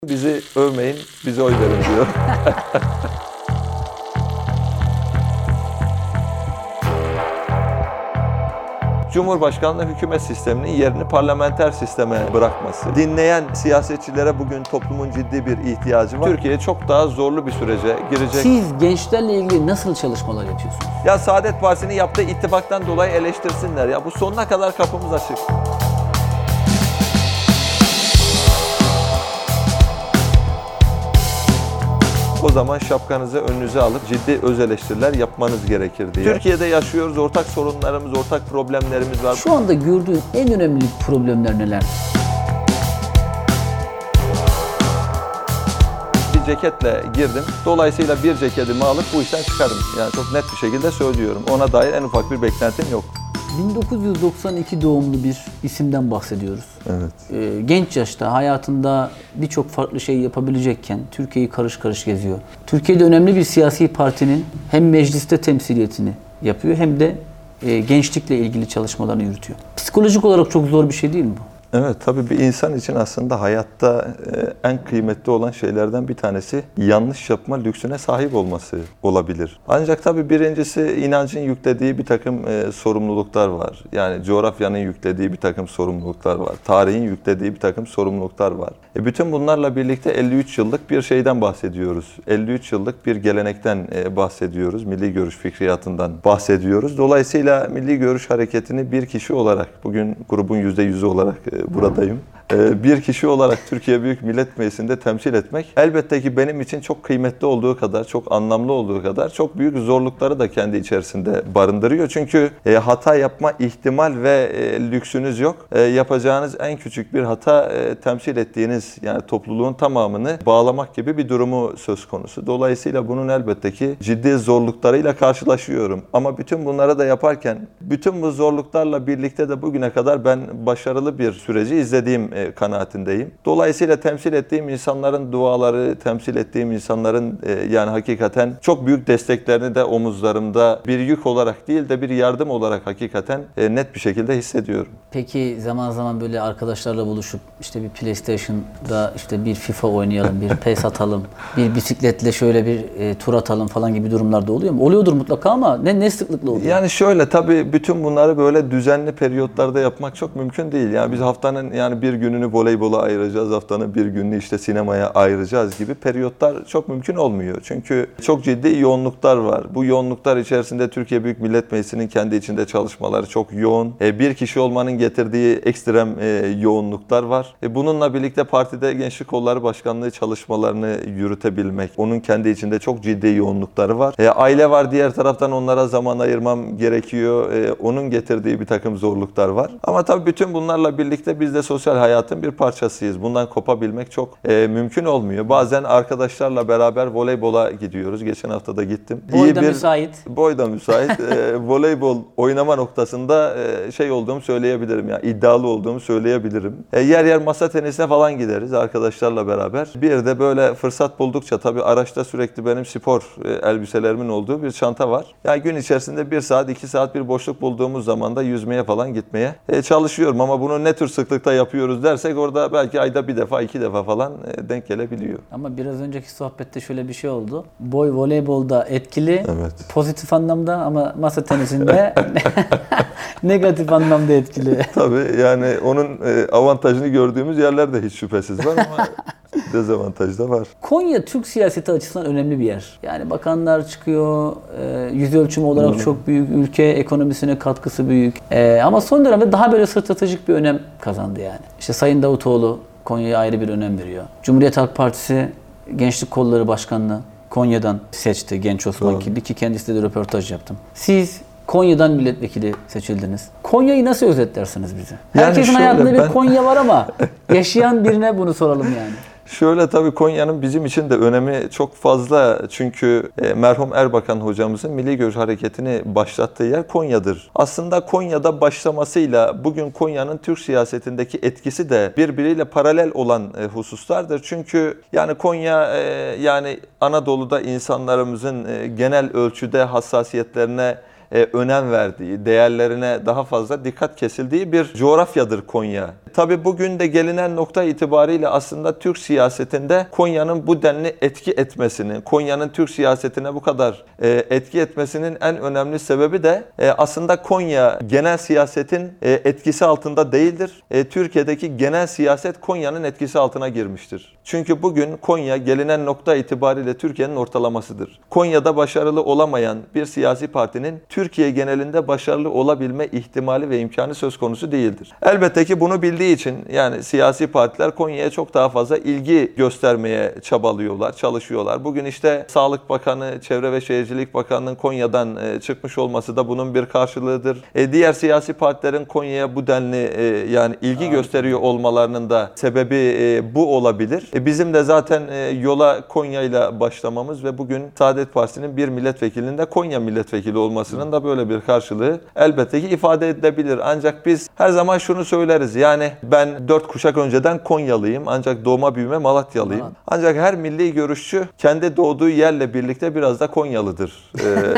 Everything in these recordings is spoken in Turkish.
Bizi övmeyin, bize oy verin diyor. Cumhurbaşkanlığı hükümet sisteminin yerini parlamenter sisteme bırakması. Dinleyen siyasetçilere bugün toplumun ciddi bir ihtiyacı var. Türkiye çok daha zorlu bir sürece girecek. Siz gençlerle ilgili nasıl çalışmalar yapıyorsunuz? Ya Saadet Partisi'nin yaptığı ittifaktan dolayı eleştirsinler. Ya bu sonuna kadar kapımız açık. O zaman şapkanızı önünüze alıp ciddi öz eleştiriler yapmanız gerekir diye. Türkiye'de yaşıyoruz, ortak sorunlarımız, ortak problemlerimiz var. Şu anda gördüğün en önemli problemler neler? Bir ceketle girdim. Dolayısıyla bir ceketimi alıp bu işten çıkarım. Yani çok net bir şekilde söylüyorum. Ona dair en ufak bir beklentim yok. 1992 doğumlu bir isimden bahsediyoruz. Evet. Genç yaşta hayatında birçok farklı şey yapabilecekken Türkiye'yi karış karış geziyor. Türkiye'de önemli bir siyasi partinin hem mecliste temsiliyetini yapıyor hem de gençlikle ilgili çalışmalarını yürütüyor. Psikolojik olarak çok zor bir şey değil mi bu? Evet, tabii bir insan için aslında hayatta en kıymetli olan şeylerden bir tanesi yanlış yapma lüksüne sahip olması olabilir. Ancak tabii birincisi inancın yüklediği bir takım sorumluluklar var. Yani coğrafyanın yüklediği bir takım sorumluluklar var. Tarihin yüklediği bir takım sorumluluklar var. Bütün bunlarla birlikte 53 yıllık bir şeyden bahsediyoruz. 53 yıllık bir gelenekten bahsediyoruz. Milli Görüş fikriyatından bahsediyoruz. Dolayısıyla Milli Görüş hareketini bir kişi olarak, bugün grubun %100'ü olarak buradayım. Bir kişi olarak Türkiye Büyük Millet Meclisi'nde temsil etmek elbette ki benim için çok kıymetli olduğu kadar, çok anlamlı olduğu kadar çok büyük zorlukları da kendi içerisinde barındırıyor. Çünkü hata yapma ihtimal ve lüksünüz yok. Yapacağınız en küçük bir hata temsil ettiğiniz yani topluluğun tamamını bağlamak gibi bir durumu söz konusu. Dolayısıyla bunun elbette ki ciddi zorluklarıyla karşılaşıyorum. Ama bütün bunları da yaparken bütün bu zorluklarla birlikte de bugüne kadar ben başarılı bir süreci izlediğim kanaatindeyim. Dolayısıyla temsil ettiğim insanların duaları, temsil ettiğim insanların yani hakikaten çok büyük desteklerini de omuzlarımda bir yük olarak değil de bir yardım olarak hakikaten net bir şekilde hissediyorum. Peki zaman zaman böyle arkadaşlarla buluşup işte bir PlayStation'da işte bir FIFA oynayalım, bir PES atalım, bir bisikletle şöyle bir tur atalım falan gibi durumlarda oluyor mu? Oluyordur mutlaka ama ne sıklıkla oluyor? Yani şöyle tabii bütün bunları böyle düzenli periyotlarda yapmak çok mümkün değil. Yani biz haftanın yani bir gününü voleybola ayıracağız, haftanın bir gününü işte sinemaya ayıracağız gibi periyotlar çok mümkün olmuyor. Çünkü çok ciddi yoğunluklar var. Bu yoğunluklar içerisinde Türkiye Büyük Millet Meclisi'nin kendi içinde çalışmaları çok yoğun. Bir kişi olmanın getirdiği ekstrem yoğunluklar var. Bununla birlikte partide Gençlik Kolları Başkanlığı çalışmalarını yürütebilmek, onun kendi içinde çok ciddi yoğunlukları var. Aile var, diğer taraftan onlara zaman ayırmam gerekiyor. Onun getirdiği bir takım zorluklar var. Ama tabii bütün bunlarla birlikte biz de sosyal hayatın bir parçasıyız. Bundan kopabilmek çok mümkün olmuyor. Bazen arkadaşlarla beraber voleybola gidiyoruz. Geçen hafta da gittim. Boy da müsait. Boy da müsait. Voleybol oynama noktasında şey olduğumu söyleyebilirim. Yani iddialı olduğumu söyleyebilirim. Yer yer masa tenisine falan gideriz arkadaşlarla beraber. Bir de böyle fırsat buldukça tabii araçta sürekli benim spor elbiselerimin olduğu bir çanta var. Yani gün içerisinde 1 saat 2 saat bir boşluk bulduğumuz zaman da yüzmeye falan gitmeye çalışıyorum. Ama bunu ne tür sıklıkta yapıyoruz dersek orada belki ayda 1 defa 2 defa falan denk gelebiliyor. Ama biraz önceki sohbette şöyle bir şey oldu. Boy voleybolda etkili, evet, pozitif anlamda ama masa tenisinde negatif anlamda etkili. Tabii yani onun avantajını gördüğümüz yerler de hiç şüphesiz var ama dezavantajı da var. Konya Türk siyaseti açısından önemli bir yer. Yani bakanlar çıkıyor, yüz ölçümü olarak çok büyük, ülke ekonomisine katkısı büyük. Ama son dönemde daha böyle stratejik bir önem kazandı yani. İşte Sayın Davutoğlu Konya'ya ayrı bir önem veriyor. Cumhuriyet Halk Partisi Gençlik Kolları Başkanlığı Konya'dan seçti Genç Osman Killi ki kendisiyle de röportaj yaptım. Siz Konya'dan milletvekili seçildiniz. Konya'yı nasıl özetlersiniz bize? Herkesin hayatında bir Konya var ama yaşayan birine bunu soralım yani. Şöyle tabii Konya'nın bizim için de önemi çok fazla. Çünkü merhum Erbakan hocamızın Milli Görüş Hareketi'ni başlattığı yer Konya'dır. Aslında Konya'da başlamasıyla bugün Konya'nın Türk siyasetindeki etkisi de birbiriyle paralel olan hususlardır. Çünkü yani Konya yani Anadolu'da insanlarımızın genel ölçüde hassasiyetlerine önem verdiği, değerlerine daha fazla dikkat kesildiği bir coğrafyadır Konya. Tabii bugün de gelinen nokta itibariyle aslında Türk siyasetinde Konya'nın bu denli etki etmesini, Konya'nın Türk siyasetine bu kadar etki etmesinin en önemli sebebi de aslında Konya genel siyasetin etkisi altında değildir. Türkiye'deki genel siyaset Konya'nın etkisi altına girmiştir. Çünkü bugün Konya gelinen nokta itibariyle Türkiye'nin ortalamasıdır. Konya'da başarılı olamayan bir siyasi partinin Türkiye genelinde başarılı olabilme ihtimali ve imkanı söz konusu değildir. Elbette ki bunu bildiği için yani siyasi partiler Konya'ya çok daha fazla ilgi göstermeye çabalıyorlar, çalışıyorlar. Bugün işte Sağlık Bakanı, Çevre ve Şehircilik Bakanı'nın Konya'dan çıkmış olması da bunun bir karşılığıdır. Diğer siyasi partilerin Konya'ya bu denli yani ilgi gösteriyor olmalarının da sebebi bu olabilir. Bizim de zaten yola Konya'yla başlamamız ve bugün Saadet Partisi'nin bir milletvekilinin de Konya milletvekili olmasının da böyle bir karşılığı elbette ki ifade edilebilir. Ancak biz her zaman şunu söyleriz. Yani ben 4 kuşak önceden Konyalıyım ancak doğma büyüme Malatyalıyım. Ancak her milli görüşçü kendi doğduğu yerle birlikte biraz da Konyalıdır.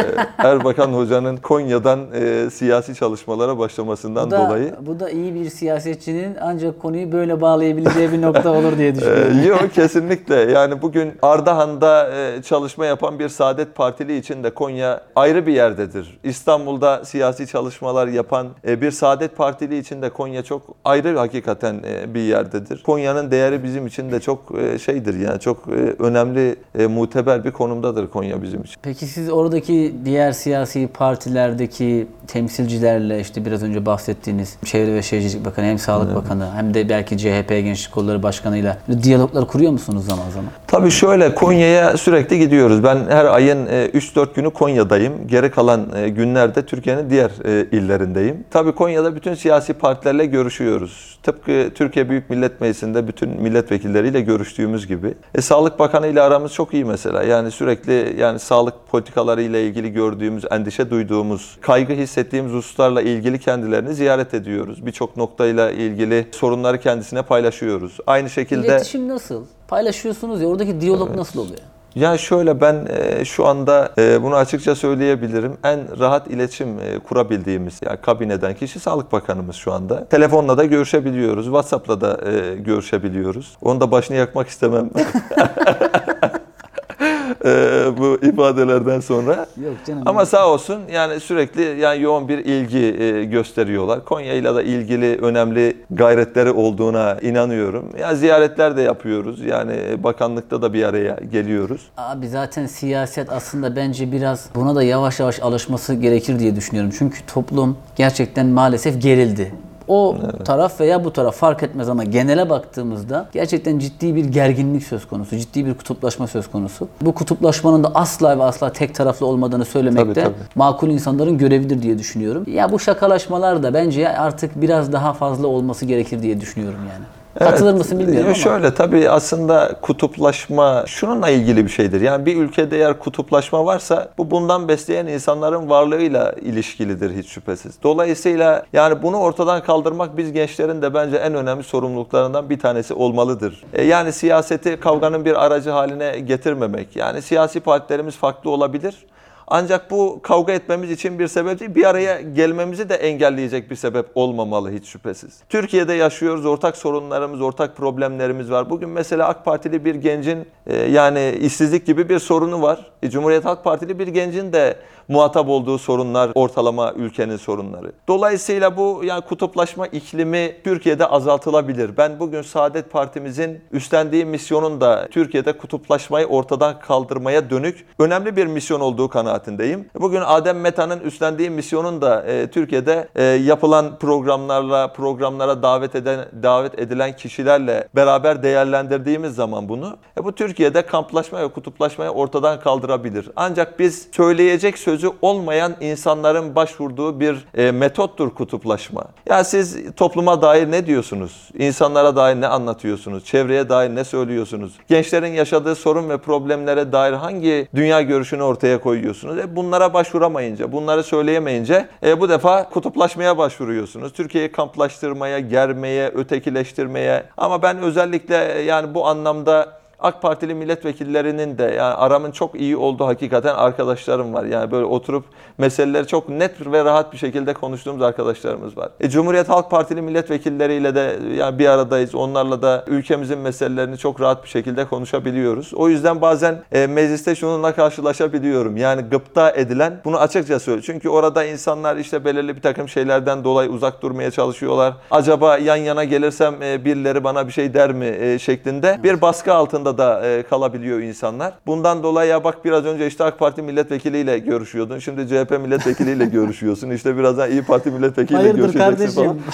Erbakan Hoca'nın Konya'dan siyasi çalışmalara başlamasından dolayı. Bu da iyi bir siyasetçinin ancak konuyu böyle bağlayabileceği bir nokta olur diye düşünüyorum. Yok kesinlikle. Yani bugün Ardahan'da çalışma yapan bir Saadet Partili için de Konya ayrı bir yerdedir. İstanbul'da siyasi çalışmalar yapan bir Saadet Partili için de Konya çok ayrı hakikaten bir yerdedir. Konya'nın değeri bizim için de çok şeydir yani çok önemli, muteber bir konumdadır Konya bizim için. Peki siz oradaki diğer siyasi partilerdeki temsilcilerle işte biraz önce bahsettiğiniz Çevre ve Şehircilik Bakanı hem Sağlık Bakanı hem de belki CHP Gençlik Kolları Başkanı'yla diyaloglar kuruyor musunuz zaman zaman? Tabii şöyle Konya'ya sürekli gidiyoruz. Ben her ayın 3-4 günü Konya'dayım. Geri kalan günlerde Türkiye'nin diğer illerindeyim. Tabii Konya'da bütün siyasi partilerle görüşüyoruz. Tıpkı Türkiye Büyük Millet Meclisi'nde bütün milletvekilleriyle görüştüğümüz gibi. Sağlık Bakanı ile aramız çok iyi mesela. Yani sürekli yani sağlık politikaları ile ilgili gördüğümüz, endişe duyduğumuz, kaygı hissettiğimiz hususlarla ilgili kendilerini ziyaret ediyoruz. Birçok noktayla ilgili sorunları kendisine paylaşıyoruz. Aynı şekilde İletişim nasıl? Paylaşıyorsunuz ya oradaki diyalog nasıl oluyor? Ya şöyle ben şu anda bunu açıkça söyleyebilirim. En rahat iletişim kurabildiğimiz yani kabineden kişi Sağlık Bakanımız şu anda. Telefonla da görüşebiliyoruz. WhatsApp'la da görüşebiliyoruz. Onu da başını yakmak istemem. Bu ifadelerden sonra. Yok canım. Ama sağ olsun yani sürekli yani yoğun bir ilgi gösteriyorlar. Konya ile de ilgili önemli gayretleri olduğuna inanıyorum. Ya ziyaretler de yapıyoruz. Yani bakanlıkta da bir araya geliyoruz. Abi zaten siyaset aslında bence biraz buna da yavaş yavaş alışması gerekir diye düşünüyorum. Çünkü toplum gerçekten maalesef gerildi. O taraf veya bu taraf fark etmez ama genele baktığımızda gerçekten ciddi bir gerginlik söz konusu, ciddi bir kutuplaşma söz konusu. Bu kutuplaşmanın da asla ve asla tek taraflı olmadığını söylemek de makul insanların görevidir diye düşünüyorum. Ya bu şakalaşmalar da bence artık biraz daha fazla olması gerekir diye düşünüyorum yani. Katılır mısın bilmiyorum ama. Şöyle tabii aslında kutuplaşma şununla ilgili bir şeydir. Yani bir ülkede eğer kutuplaşma varsa bu bundan besleyen insanların varlığıyla ilişkilidir hiç şüphesiz. Dolayısıyla yani bunu ortadan kaldırmak biz gençlerin de bence en önemli sorumluluklarından bir tanesi olmalıdır. Yani siyaseti kavganın bir aracı haline getirmemek. Yani siyasi partilerimiz farklı olabilir. Ancak bu kavga etmemiz için bir sebep değil, bir araya gelmemizi de engelleyecek bir sebep olmamalı hiç şüphesiz. Türkiye'de yaşıyoruz, ortak sorunlarımız, ortak problemlerimiz var. Bugün mesela AK Partili bir gencin yani işsizlik gibi bir sorunu var. Cumhuriyet Halk Partili bir gencin de muhatap olduğu sorunlar ortalama ülkenin sorunları. Dolayısıyla bu yani kutuplaşma iklimi Türkiye'de azaltılabilir. Ben bugün Saadet Partimizin üstlendiği misyonun da Türkiye'de kutuplaşmayı ortadan kaldırmaya dönük önemli bir misyon olduğu kanaatindeyim. Bugün Adem Meta'nın üstlendiği misyonun da Türkiye'de yapılan programlara davet edilen kişilerle beraber değerlendirdiğimiz zaman bunu bu Türkiye'de kamplaşma ve kutuplaşmayı ortadan kaldırabilir. Ancak biz söyleyecek sözü olmayan insanların başvurduğu bir metottur kutuplaşma. Ya siz topluma dair ne diyorsunuz? İnsanlara dair ne anlatıyorsunuz? Çevreye dair ne söylüyorsunuz? Gençlerin yaşadığı sorun ve problemlere dair hangi dünya görüşünü ortaya koyuyorsunuz? Bunlara başvuramayınca, bunları söyleyemeyince bu defa kutuplaşmaya başvuruyorsunuz. Türkiye'yi kamplaştırmaya, germeye, ötekileştirmeye. Ama ben özellikle yani bu anlamda AK Partili milletvekillerinin de, yani aramın çok iyi olduğu hakikaten arkadaşlarım var. Yani böyle oturup meseleleri çok net ve rahat bir şekilde konuştuğumuz arkadaşlarımız var. Cumhuriyet Halk Partili milletvekilleriyle de yani bir aradayız. Onlarla da ülkemizin meselelerini çok rahat bir şekilde konuşabiliyoruz. O yüzden bazen mecliste şununla karşılaşabiliyorum. Yani gıpta edilen, bunu açıkça söylüyor. Çünkü orada insanlar işte belirli bir takım şeylerden dolayı uzak durmaya çalışıyorlar. Acaba yan yana gelirsem birileri bana bir şey der mi şeklinde bir baskı altında da kalabiliyor insanlar. Bundan dolayı ya bak biraz önce işte AK Parti milletvekiliyle görüşüyordun. Şimdi CHP milletvekiliyle görüşüyorsun. İşte birazdan İYİ Parti milletvekiliyle görüşeceksin falan.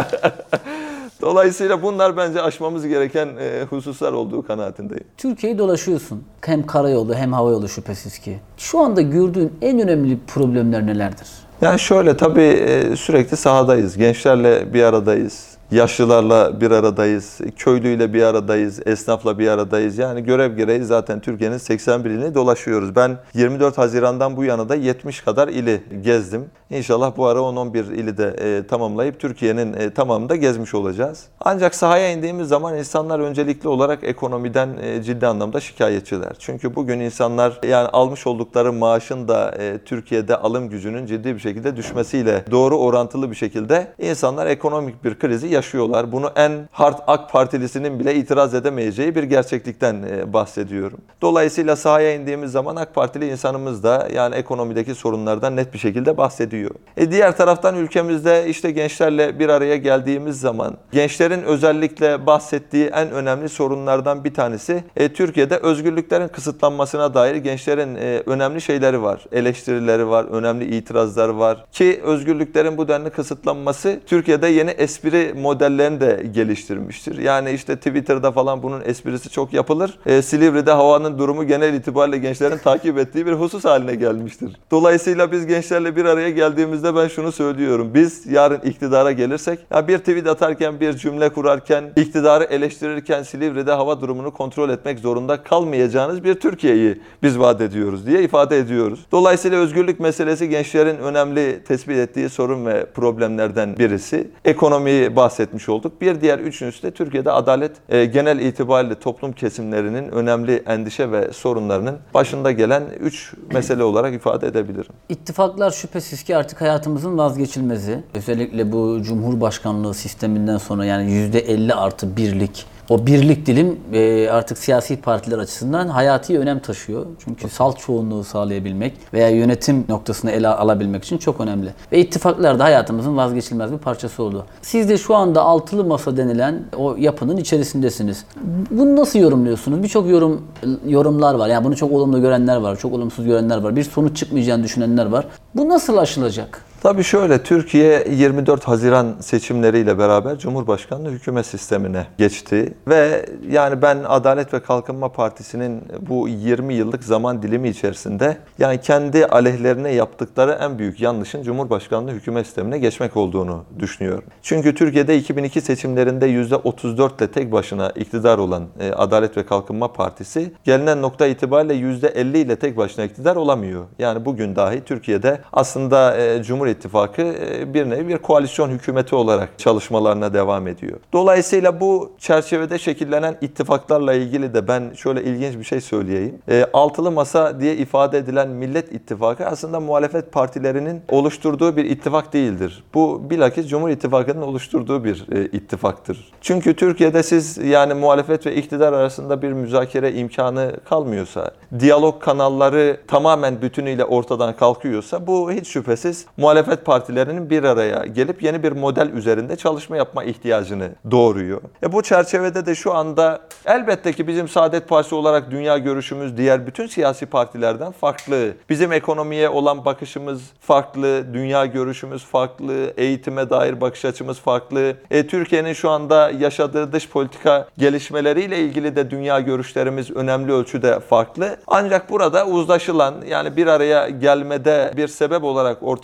Dolayısıyla bunlar bence aşmamız gereken hususlar olduğu kanaatindeyim. Türkiye'yi dolaşıyorsun. Hem karayolu hem havayolu şüphesiz ki. Şu anda gördüğün en önemli problemler nelerdir? Yani şöyle tabii sürekli sahadayız. Gençlerle bir aradayız. Yaşlılarla bir aradayız, köylüyle bir aradayız, esnafla bir aradayız. Yani görev gereği zaten Türkiye'nin 81 ilini dolaşıyoruz. Ben 24 Haziran'dan bu yana da 70 kadar ili gezdim. İnşallah bu ara 10-11 ili de tamamlayıp Türkiye'nin tamamını da gezmiş olacağız. Ancak sahaya indiğimiz zaman insanlar öncelikli olarak ekonomiden ciddi anlamda şikayetçiler. Çünkü bugün insanlar yani almış oldukları maaşın da Türkiye'de alım gücünün ciddi bir şekilde düşmesiyle doğru orantılı bir şekilde insanlar ekonomik bir krizi yaşıyorlar. Bunu en hard AK Partilisinin bile itiraz edemeyeceği bir gerçeklikten bahsediyorum. Dolayısıyla sahaya indiğimiz zaman AK Partili insanımız da yani ekonomideki sorunlardan net bir şekilde bahsediyor. Diğer taraftan ülkemizde işte gençlerle bir araya geldiğimiz zaman gençlerin özellikle bahsettiği en önemli sorunlardan bir tanesi Türkiye'de özgürlüklerin kısıtlanmasına dair gençlerin önemli şeyleri var. Eleştirileri var, önemli itirazları var. Ki özgürlüklerin bu denli kısıtlanması Türkiye'de yeni espri modellerini de geliştirmiştir. Yani işte Twitter'da falan bunun esprisi çok yapılır. Silivri'de havanın durumu genel itibariyle gençlerin takip ettiği bir husus haline gelmiştir. Dolayısıyla biz gençlerle bir araya geldiğimizde ben şunu söylüyorum. Biz yarın iktidara gelirsek ya bir tweet atarken, bir cümle kurarken, iktidarı eleştirirken Silivri'de hava durumunu kontrol etmek zorunda kalmayacağınız bir Türkiye'yi biz vaat ediyoruz diye ifade ediyoruz. Dolayısıyla özgürlük meselesi gençlerin önemli tespit ettiği sorun ve problemlerden birisi. Ekonomiyi bahsetmiş olduk. Bir diğer üçüncüsü de Türkiye'de adalet genel itibariyle toplum kesimlerinin önemli endişe ve sorunlarının başında gelen 3 mesele olarak ifade edebilirim. İttifaklar şüphesiz ki artık hayatımızın vazgeçilmezi. Özellikle bu Cumhurbaşkanlığı sisteminden sonra yani %50+1'lik o birlik dilim artık siyasi partiler açısından hayati önem taşıyor. Çünkü salt çoğunluğu sağlayabilmek veya yönetim noktasını ele alabilmek için çok önemli. Ve ittifaklar da hayatımızın vazgeçilmez bir parçası oldu. Siz de şu anda altılı masa denilen o yapının içerisindesiniz. Bunu nasıl yorumluyorsunuz? Birçok yorumlar var. Yani bunu çok olumlu görenler var, çok olumsuz görenler var. Bir sonuç çıkmayacağını düşünenler var. Bu nasıl aşılacak? Tabii şöyle, Türkiye 24 Haziran seçimleriyle beraber Cumhurbaşkanlığı hükümet sistemine geçti ve yani ben Adalet ve Kalkınma Partisi'nin bu 20 yıllık zaman dilimi içerisinde yani kendi aleyhlerine yaptıkları en büyük yanlışın Cumhurbaşkanlığı hükümet sistemine geçmek olduğunu düşünüyorum. Çünkü Türkiye'de 2002 seçimlerinde %34 ile tek başına iktidar olan Adalet ve Kalkınma Partisi gelinen nokta itibariyle %50 ile tek başına iktidar olamıyor. Yani bugün dahi Türkiye'de aslında Cumhur İttifakı bir nevi bir koalisyon hükümeti olarak çalışmalarına devam ediyor. Dolayısıyla bu çerçevede şekillenen ittifaklarla ilgili de ben şöyle ilginç bir şey söyleyeyim. Altılı masa diye ifade edilen Millet İttifakı aslında muhalefet partilerinin oluşturduğu bir ittifak değildir. Bu bilakis Cumhur İttifakı'nın oluşturduğu bir ittifaktır. Çünkü Türkiye'de siz yani muhalefet ve iktidar arasında bir müzakere imkanı kalmıyorsa, diyalog kanalları tamamen bütünüyle ortadan kalkıyorsa bu hiç şüphesiz muhalefet partilerinin bir araya gelip yeni bir model üzerinde çalışma yapma ihtiyacını doğuruyor. Bu çerçevede de şu anda elbette ki bizim Saadet Partisi olarak dünya görüşümüz diğer bütün siyasi partilerden farklı. Bizim ekonomiye olan bakışımız farklı, dünya görüşümüz farklı, eğitime dair bakış açımız farklı. Türkiye'nin şu anda yaşadığı dış politika gelişmeleriyle ilgili de dünya görüşlerimiz önemli ölçüde farklı. Ancak burada uzlaşılan yani bir araya gelmede bir sebep olarak ortaya konulan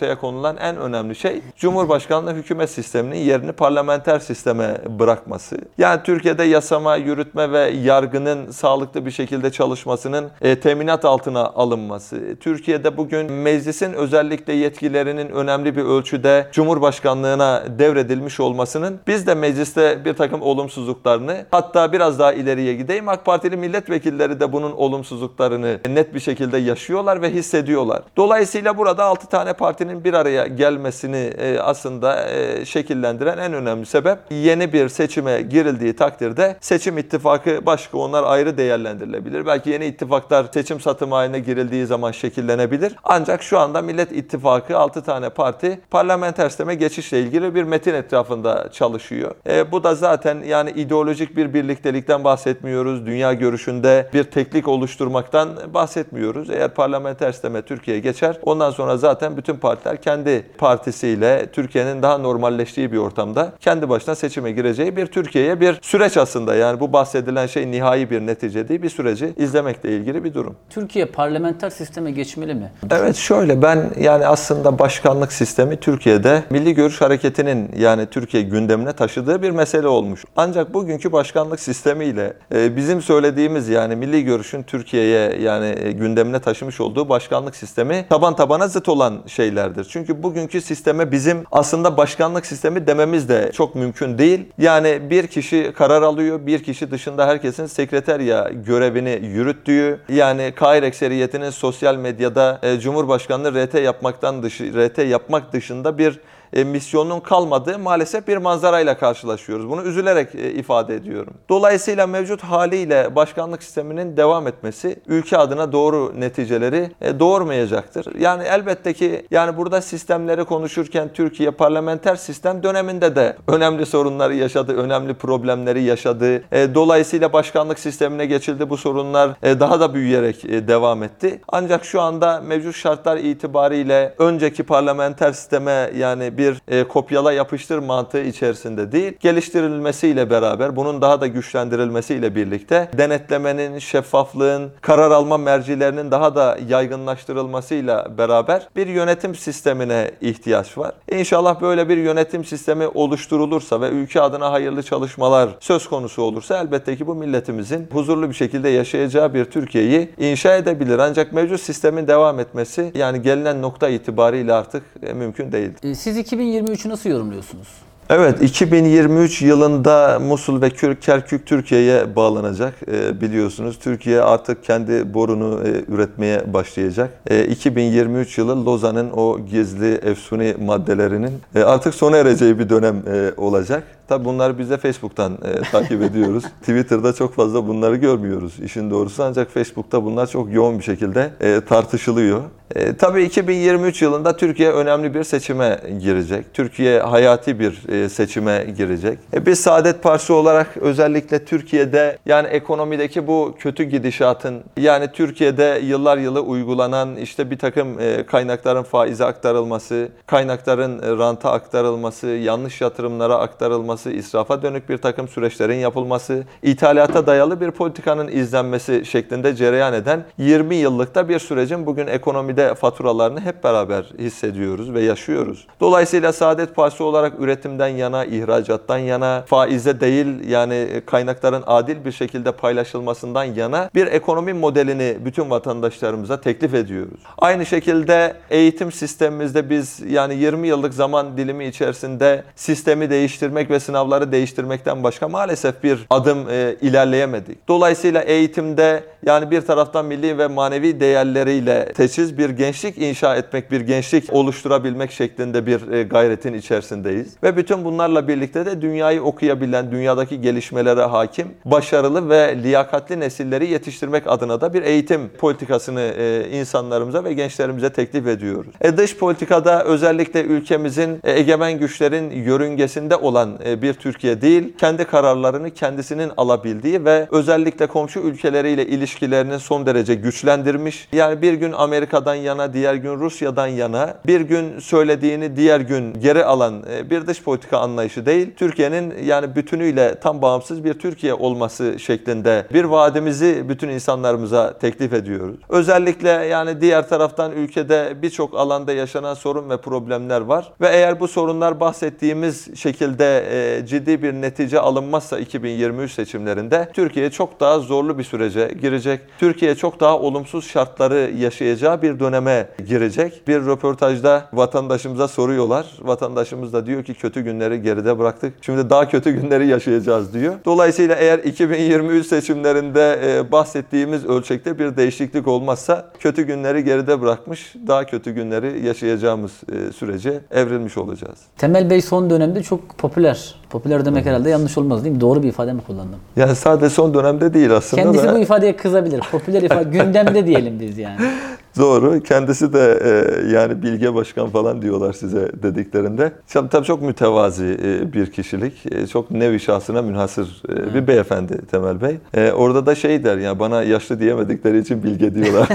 konulan en önemli şey Cumhurbaşkanlığı hükümet sisteminin yerini parlamenter sisteme bırakması. Yani Türkiye'de yasama, yürütme ve yargının sağlıklı bir şekilde çalışmasının teminat altına alınması. Türkiye'de bugün meclisin özellikle yetkilerinin önemli bir ölçüde Cumhurbaşkanlığına devredilmiş olmasının biz de mecliste bir takım olumsuzluklarını, hatta biraz daha ileriye gideyim, AK Partili milletvekilleri de bunun olumsuzluklarını net bir şekilde yaşıyorlar ve hissediyorlar. Dolayısıyla burada 6 tane partinin bir araya gelmesini aslında şekillendiren en önemli sebep, yeni bir seçime girildiği takdirde seçim ittifakı başka, onlar ayrı değerlendirilebilir. Belki yeni ittifaklar seçim satımı haline girildiği zaman şekillenebilir. Ancak şu anda Millet İttifakı 6 tane parti parlamenter sisteme geçişle ilgili bir metin etrafında çalışıyor. Bu da zaten yani ideolojik bir birliktelikten bahsetmiyoruz. Dünya görüşünde bir teklik oluşturmaktan bahsetmiyoruz. Eğer parlamenter sisteme Türkiye geçer, ondan sonra zaten bütün partiler kendi partisiyle Türkiye'nin daha normalleştiği bir ortamda kendi başına seçime gireceği bir Türkiye'ye bir süreç aslında. Yani bu bahsedilen şey nihai bir netice değil, bir süreci izlemekle ilgili bir durum. Türkiye parlamenter sisteme geçmeli mi? Evet, şöyle, ben yani aslında başkanlık sistemi Türkiye'de Milli Görüş Hareketi'nin yani Türkiye gündemine taşıdığı bir mesele olmuş. Ancak bugünkü başkanlık sistemiyle bizim söylediğimiz yani Milli Görüş'ün Türkiye'ye yani gündemine taşımış olduğu başkanlık sistemi taban tabana zıt olan şeylerdir. Çünkü bugünkü sisteme bizim aslında başkanlık sistemi dememiz de çok mümkün değil. Yani bir kişi karar alıyor, bir kişi dışında herkesin sekreterya görevini yürüttüğü, yani kair ekseriyetinin sosyal medyada Cumhurbaşkanlığı RT yapmak dışında bir misyonun kalmadığı maalesef bir manzarayla karşılaşıyoruz. Bunu üzülerek ifade ediyorum. Dolayısıyla mevcut haliyle başkanlık sisteminin devam etmesi ülke adına doğru neticeleri doğurmayacaktır. Yani elbette ki yani burada sistemleri konuşurken Türkiye parlamenter sistem döneminde de önemli sorunları yaşadı, önemli problemleri yaşadı. Dolayısıyla başkanlık sistemine geçildi. Bu sorunlar daha da büyüyerek devam etti. Ancak şu anda mevcut şartlar itibariyle önceki parlamenter sisteme yani bir kopyala yapıştır mantığı içerisinde değil, geliştirilmesiyle beraber, bunun daha da güçlendirilmesiyle birlikte denetlemenin, şeffaflığın, karar alma mercilerinin daha da yaygınlaştırılmasıyla beraber bir yönetim sistemine ihtiyaç var. İnşallah böyle bir yönetim sistemi oluşturulursa ve ülke adına hayırlı çalışmalar söz konusu olursa elbette ki bu milletimizin huzurlu bir şekilde yaşayacağı bir Türkiye'yi inşa edebilir. Ancak mevcut sistemin devam etmesi yani gelinen nokta itibariyle artık mümkün değildir. Siz 2023'ü nasıl yorumluyorsunuz? Evet, 2023 yılında Musul ve Kerkük Türkiye'ye bağlanacak. Biliyorsunuz Türkiye artık kendi borunu üretmeye başlayacak. 2023 yılı Lozan'ın o gizli efsuni maddelerinin artık sona ereceği bir dönem olacak. Tabi bunları biz de Facebook'tan takip ediyoruz. Twitter'da çok fazla bunları görmüyoruz işin doğrusu, ancak Facebook'ta bunlar çok yoğun bir şekilde tartışılıyor. Tabii 2023 yılında Türkiye önemli bir seçime girecek. Türkiye hayati bir seçime girecek. Biz Saadet Partisi olarak özellikle Türkiye'de yani ekonomideki bu kötü gidişatın, yani Türkiye'de yıllar yılı uygulanan işte bir takım kaynakların faize aktarılması, kaynakların ranta aktarılması, yanlış yatırımlara aktarılması, israfa dönük bir takım süreçlerin yapılması, ithalata dayalı bir politikanın izlenmesi şeklinde cereyan eden 20 yıllıkta bir sürecin bugün ekonomide faturalarını hep beraber hissediyoruz ve yaşıyoruz. Dolayısıyla Saadet Partisi olarak üretimden yana, ihracattan yana, faize değil yani kaynakların adil bir şekilde paylaşılmasından yana bir ekonomi modelini bütün vatandaşlarımıza teklif ediyoruz. Aynı şekilde eğitim sistemimizde biz yani 20 yıllık zaman dilimi içerisinde sistemi değiştirmek ve sınavları değiştirmekten başka maalesef bir adım ilerleyemedik. Dolayısıyla eğitimde yani bir taraftan milli ve manevi değerleriyle teçhiz bir gençlik inşa etmek, bir gençlik oluşturabilmek şeklinde bir gayretin içerisindeyiz. Ve bütün bunlarla birlikte de dünyayı okuyabilen, dünyadaki gelişmelere hakim, başarılı ve liyakatli nesilleri yetiştirmek adına da bir eğitim politikasını insanlarımıza ve gençlerimize teklif ediyoruz. Dış politikada özellikle ülkemizin egemen güçlerin yörüngesinde olan bir Türkiye değil, kendi kararlarını kendisinin alabildiği ve özellikle komşu ülkeleriyle ilişki ilişkilerini son derece güçlendirmiş. Yani bir gün Amerika'dan yana, diğer gün Rusya'dan yana, bir gün söylediğini diğer gün geri alan bir dış politika anlayışı değil, Türkiye'nin yani bütünüyle tam bağımsız bir Türkiye olması şeklinde bir vaadimizi bütün insanlarımıza teklif ediyoruz. Özellikle yani diğer taraftan ülkede birçok alanda yaşanan sorun ve problemler var ve eğer bu sorunlar bahsettiğimiz şekilde ciddi bir netice alınmazsa 2023 seçimlerinde Türkiye çok daha zorlu bir sürece girecek. Türkiye çok daha olumsuz şartları yaşayacağı bir döneme girecek. Bir röportajda vatandaşımıza soruyorlar. Vatandaşımız da diyor ki kötü günleri geride bıraktık. Şimdi daha kötü günleri yaşayacağız diyor. Dolayısıyla eğer 2023 seçimlerinde bahsettiğimiz ölçekte bir değişiklik olmazsa kötü günleri geride bırakmış, daha kötü günleri yaşayacağımız sürece evrilmiş olacağız. Temel Bey son dönemde çok popüler. Popüler demek herhalde yanlış olmaz değil mi? Doğru bir ifade mi kullandım? Yani sadece son dönemde değil aslında Kendisi da. bu ifadeye kızabilir. Popüler ifade gündemde diyelim biz yani. Doğru. Kendisi de yani Bilge Başkan falan diyorlar size dediklerinde. Tabii çok mütevazi bir kişilik. Çok nevi şahsına münhasır bir beyefendi Temel Bey. Orada da şey der ya, bana yaşlı diyemedikleri için Bilge diyorlar.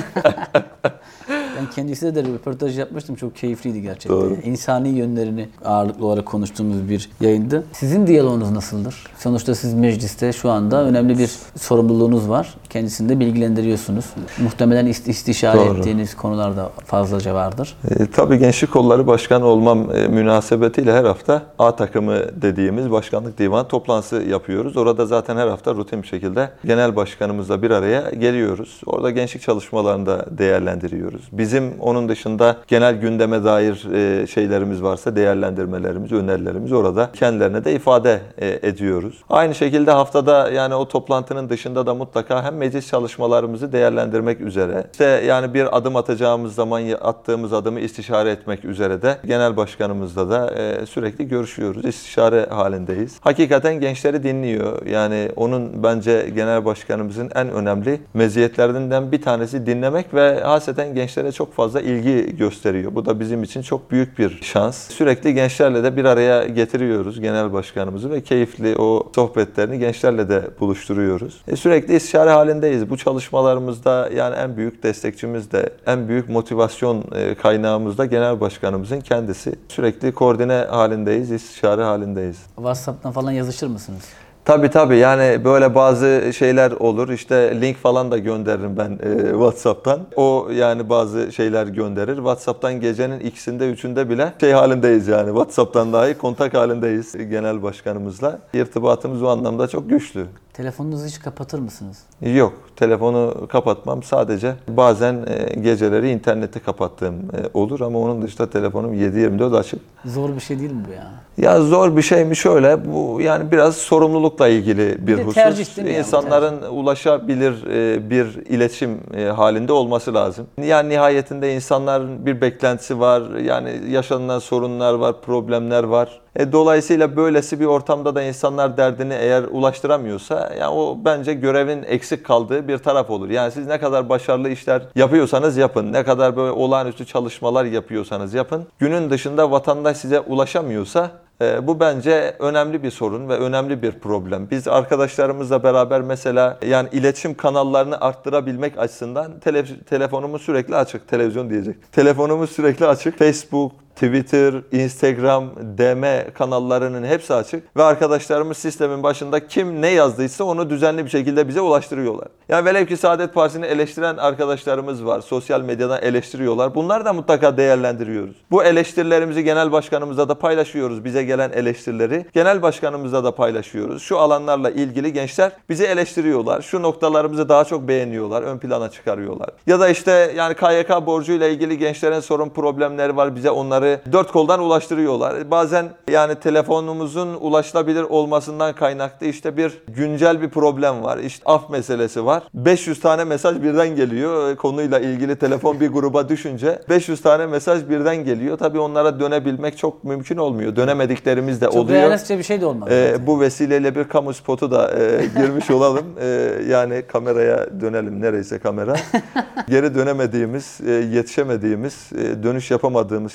Ben kendisiyle de röportaj yapmıştım. Çok keyifliydi gerçekten. Doğru. İnsani yönlerini ağırlıklı olarak konuştuğumuz bir yayındı. Sizin diyaloğunuz nasıldır? Sonuçta siz mecliste şu anda önemli bir sorumluluğunuz var. Kendisini de bilgilendiriyorsunuz. Muhtemelen istişare Doğru. ettiğiniz konular da fazlaca vardır. Tabii Gençlik Kolları Başkanı olmam münasebetiyle her hafta A takımı dediğimiz başkanlık divan toplantısı yapıyoruz. Orada zaten her hafta rutin bir şekilde genel başkanımızla bir araya geliyoruz. Orada gençlik çalışmalarını da değerlendiriyoruz. Bizim onun dışında genel gündeme dair şeylerimiz varsa değerlendirmelerimiz, önerilerimiz orada kendilerine de ifade ediyoruz. Aynı şekilde haftada yani o toplantının dışında da mutlaka hem meclis çalışmalarımızı değerlendirmek üzere, işte yani bir adım atacağımız zaman attığımız adımı istişare etmek üzere de genel başkanımızla da sürekli görüşüyoruz. İstişare halindeyiz. Hakikaten gençleri dinliyor. Yani onun bence genel başkanımızın en önemli meziyetlerinden bir tanesi dinlemek ve hasreten gençlere çok fazla ilgi gösteriyor. Bu da bizim için çok büyük bir şans. Sürekli gençlerle de bir araya getiriyoruz genel başkanımızı ve keyifli o sohbetlerini gençlerle de buluşturuyoruz. Sürekli istişare halindeyiz. Bu çalışmalarımızda yani en büyük destekçimiz de, en büyük motivasyon kaynağımız da genel başkanımızın kendisi. Sürekli koordine halindeyiz, istişare halindeyiz. WhatsApp'tan falan yazışır mısınız? Tabii yani böyle bazı şeyler olur. İşte link falan da gönderirim ben WhatsApp'tan. O yani bazı şeyler gönderir. WhatsApp'tan gecenin ikisinde üçünde bile şey halindeyiz yani. WhatsApp'tan dahi kontak halindeyiz genel başkanımızla. İrtibatımız o anlamda çok güçlü. Telefonunuzu hiç kapatır mısınız? Yok, telefonu kapatmam. Sadece bazen geceleri interneti kapattığım olur ama onun dışında telefonum 7/24 açık. Zor bir şey değil mi bu ya? Ya zor bir şey mi şöyle, bu yani biraz sorumlulukla ilgili bir husus. tercih değil mi ya, İnsanların ulaşabilir bir iletişim halinde olması lazım. Yani nihayetinde insanların bir beklentisi var, yani yaşanılan sorunlar var, problemler var. Dolayısıyla böylesi bir ortamda da insanlar derdini eğer ulaştıramıyorsa yani o bence görevin eksik kaldığı bir taraf olur. Yani siz ne kadar başarılı işler yapıyorsanız yapın, ne kadar böyle olağanüstü çalışmalar yapıyorsanız yapın. Günün dışında vatandaş size ulaşamıyorsa bu bence önemli bir sorun ve önemli bir problem. Biz arkadaşlarımızla beraber mesela yani iletişim kanallarını arttırabilmek açısından telefonumuz sürekli açık. Televizyon diyecek. Telefonumuz sürekli açık. Facebook, Twitter, Instagram, DM kanallarının hepsi açık ve arkadaşlarımız sistemin başında kim ne yazdıysa onu düzenli bir şekilde bize ulaştırıyorlar. Yani velev ki Saadet Partisi'ni eleştiren arkadaşlarımız var. Sosyal medyadan eleştiriyorlar. Bunları da mutlaka değerlendiriyoruz. Bu eleştirilerimizi genel başkanımızla da paylaşıyoruz. Bize gelen eleştirileri genel başkanımızla da paylaşıyoruz. Şu alanlarla ilgili gençler bizi eleştiriyorlar. Şu noktalarımızı daha çok beğeniyorlar, ön plana çıkarıyorlar. Ya da işte yani KYK borcuyla ilgili gençlerin sorun problemleri var. Bize onları dört koldan ulaştırıyorlar. Bazen yani telefonumuzun ulaşılabilir olmasından kaynaklı işte bir güncel bir problem var. İşte af meselesi var. 500 tane mesaj birden geliyor. Konuyla ilgili telefon bir gruba düşünce 500 tane mesaj birden geliyor. Tabii onlara dönebilmek çok mümkün olmuyor. Dönemediklerimiz de çok oluyor. Çok realistçe bir şey de olmaz. Bu vesileyle bir kamu spotu da girmiş olalım. Yani kameraya dönelim. Nereyse kamera. Geri dönemediğimiz, yetişemediğimiz, dönüş yapamadığımız kişileri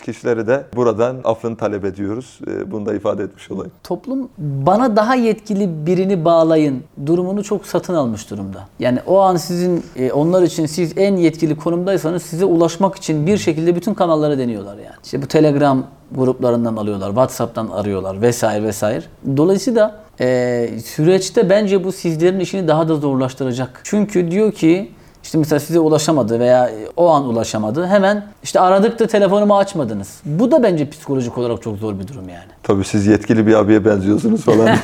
dinleyicilerimize de buradan affını talep ediyoruz. Bunu da ifade etmiş olayım. Toplum bana daha yetkili birini bağlayın durumunu çok satın almış durumda. Yani o an sizin onlar için siz en yetkili konumdaysanız size ulaşmak için bir şekilde bütün kanallara deniyorlar yani. İşte bu Telegram gruplarından alıyorlar, WhatsApp'tan arıyorlar vesaire vesaire. Dolayısıyla süreçte bence bu sizlerin işini daha da zorlaştıracak. Çünkü diyor ki işte mesela size ulaşamadı veya o an ulaşamadı. Hemen işte aradık da telefonumu açmadınız. Bu da bence psikolojik olarak çok zor bir durum yani. Tabii siz yetkili bir abiye benziyorsunuz falan.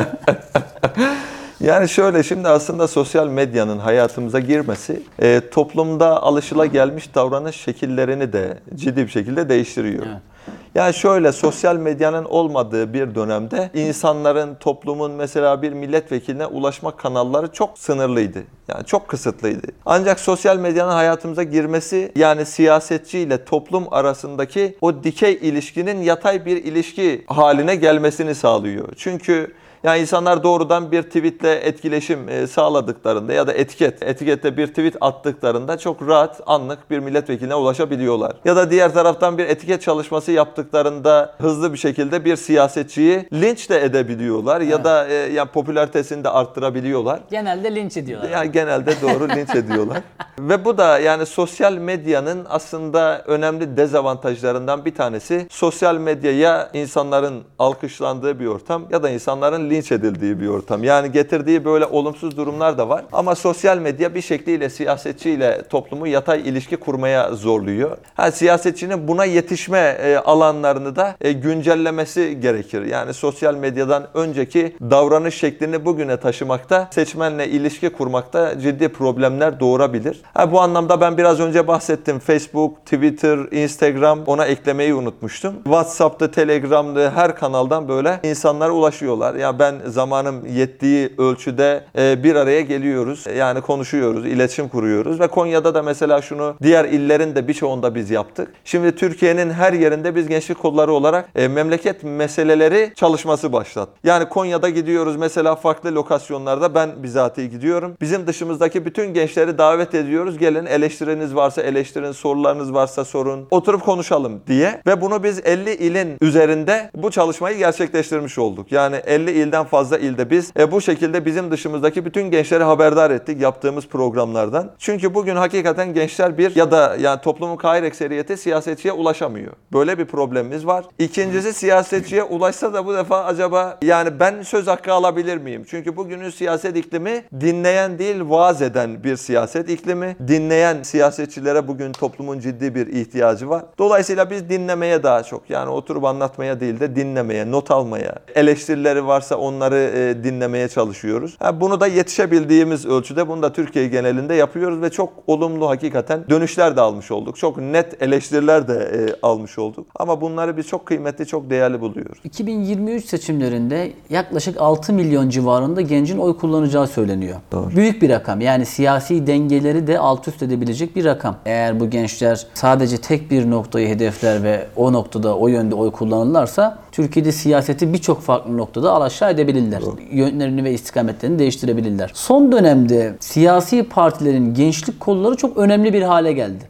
Yani şöyle, şimdi aslında sosyal medyanın hayatımıza girmesi toplumda alışılagelmiş davranış şekillerini de ciddi bir şekilde değiştiriyor. Evet. Yani şöyle, sosyal medyanın olmadığı bir dönemde insanların, toplumun mesela bir milletvekiline ulaşma kanalları çok sınırlıydı. Yani çok kısıtlıydı. Ancak sosyal medyanın hayatımıza girmesi, yani siyasetçi ile toplum arasındaki o dikey ilişkinin yatay bir ilişki haline gelmesini sağlıyor. Çünkü yani insanlar doğrudan bir tweetle etkileşim sağladıklarında ya da etikette bir tweet attıklarında çok rahat, anlık bir milletvekiline ulaşabiliyorlar. Ya da diğer taraftan bir etiket çalışması yaptıklarında hızlı bir şekilde bir siyasetçiyi linç de edebiliyorlar. Evet. Ya da yani popülaritesini de arttırabiliyorlar. Genelde linç ediyorlar. Yani genelde doğru linç ediyorlar. Ve bu da yani sosyal medyanın aslında önemli dezavantajlarından bir tanesi. Sosyal medyaya insanların alkışlandığı bir ortam ya da insanların linç edildiği bir ortam. Yani getirdiği böyle olumsuz durumlar da var. Ama sosyal medya bir şekliyle siyasetçiyle toplumu yatay ilişki kurmaya zorluyor. Siyasetçinin buna yetişme alanlarını da güncellemesi gerekir. Yani sosyal medyadan önceki davranış şeklini bugüne taşımakta, seçmenle ilişki kurmakta ciddi problemler doğurabilir. Bu anlamda ben biraz önce bahsettim. Facebook, Twitter, Instagram, ona eklemeyi unutmuştum. WhatsApp'ta, Telegram'da her kanaldan böyle insanlara ulaşıyorlar. Ya ben zamanım yettiği ölçüde bir araya geliyoruz. Yani konuşuyoruz, iletişim kuruyoruz ve Konya'da da mesela şunu diğer illerin de birçoğunda biz yaptık. Şimdi Türkiye'nin her yerinde biz gençlik kolları olarak memleket meseleleri çalışması başladık. Yani Konya'da gidiyoruz mesela, farklı lokasyonlarda ben bizatihi gidiyorum. Bizim dışımızdaki bütün gençleri davet ediyoruz. Gelin, eleştiriniz varsa eleştirin, sorularınız varsa sorun. Oturup konuşalım diye ve bunu biz 50 ilin üzerinde bu çalışmayı gerçekleştirmiş olduk. Yani 50 ilden fazla ilde biz bu şekilde bizim dışımızdaki bütün gençleri haberdar ettik yaptığımız programlardan. Çünkü bugün hakikaten gençler ya da yani toplumun kahir ekseriyeti siyasetçiye ulaşamıyor. Böyle bir problemimiz var. İkincisi, siyasetçiye ulaşsa da bu defa acaba yani ben söz hakkı alabilir miyim? Çünkü bugünün siyaset iklimi dinleyen değil, vaaz eden bir siyaset iklimi. Dinleyen siyasetçilere bugün toplumun ciddi bir ihtiyacı var. Dolayısıyla biz dinlemeye daha çok, yani oturup anlatmaya değil de dinlemeye, not almaya, eleştirileri varsa onları dinlemeye çalışıyoruz. Bunu da yetişebildiğimiz ölçüde bunu da Türkiye genelinde yapıyoruz ve çok olumlu hakikaten dönüşler de almış olduk. Çok net eleştiriler de almış olduk. Ama bunları biz çok kıymetli, çok değerli buluyoruz. 2023 seçimlerinde yaklaşık 6 milyon civarında gencin oy kullanacağı söyleniyor. Doğru. Büyük bir rakam. Yani siyasi dengeleri de alt üst edebilecek bir rakam. Eğer bu gençler sadece tek bir noktayı hedefler ve o noktada o yönde oy kullanırlarsa Türkiye'de siyaseti birçok farklı noktada alaşağı edebilirler. Doğru. Yönlerini ve istikametlerini değiştirebilirler. Son dönemde siyasi partilerin gençlik kolları çok önemli bir hale geldi.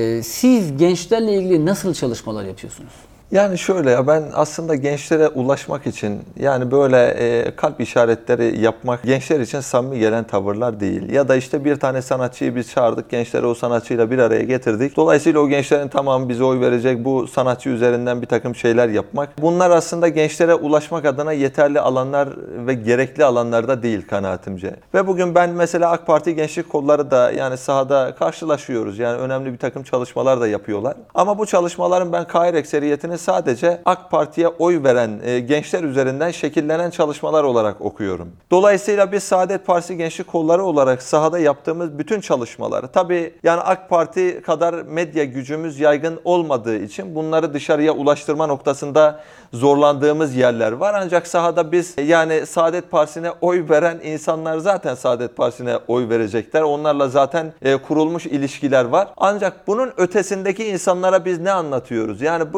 Siz gençlerle ilgili nasıl çalışmalar yapıyorsunuz? Yani şöyle, ya ben aslında gençlere ulaşmak için yani böyle kalp işaretleri yapmak gençler için samimi gelen tavırlar değil. Ya da işte bir tane sanatçıyı biz çağırdık, gençleri o sanatçıyla bir araya getirdik. Dolayısıyla o gençlerin tamamı bize oy verecek, bu sanatçı üzerinden bir takım şeyler yapmak. Bunlar aslında gençlere ulaşmak adına yeterli alanlar ve gerekli alanlarda değil kanaatimce. Ve bugün ben mesela AK Parti gençlik kolları da yani sahada karşılaşıyoruz. Yani önemli bir takım çalışmalar da yapıyorlar. Ama bu çalışmaların ben kahir ekseriyetini sadece AK Parti'ye oy veren gençler üzerinden şekillenen çalışmalar olarak okuyorum. Dolayısıyla biz Saadet Partisi gençlik kolları olarak sahada yaptığımız bütün çalışmaları, tabii yani AK Parti kadar medya gücümüz yaygın olmadığı için bunları dışarıya ulaştırma noktasında zorlandığımız yerler var. Ancak sahada biz yani Saadet Partisi'ne oy veren insanlar zaten Saadet Partisi'ne oy verecekler. Onlarla zaten kurulmuş ilişkiler var. Ancak bunun ötesindeki insanlara biz ne anlatıyoruz? Yani bugün ülke